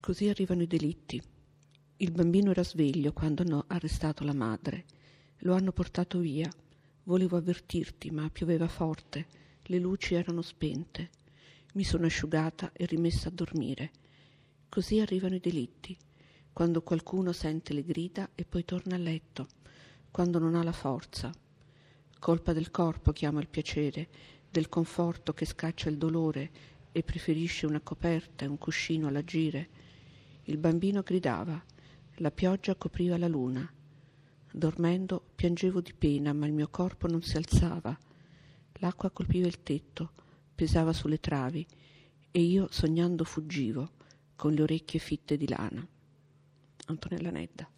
Così arrivano i delitti. Il bambino era sveglio quando hanno arrestato la madre. Lo hanno portato via. Volevo avvertirti, ma pioveva forte. Le luci erano spente. Mi sono asciugata e rimessa a dormire. Così arrivano i delitti. Quando qualcuno sente le grida e poi torna a letto. Quando non ha la forza. Colpa del corpo chiama il piacere, del conforto che scaccia il dolore e preferisce una coperta e un cuscino all'agire. Il bambino gridava, la pioggia copriva la luna. Dormendo piangevo di pena, ma il mio corpo non si alzava. L'acqua colpiva il tetto, pesava sulle travi, e io sognando fuggivo, con le orecchie fitte di lana. Antonella Nedda.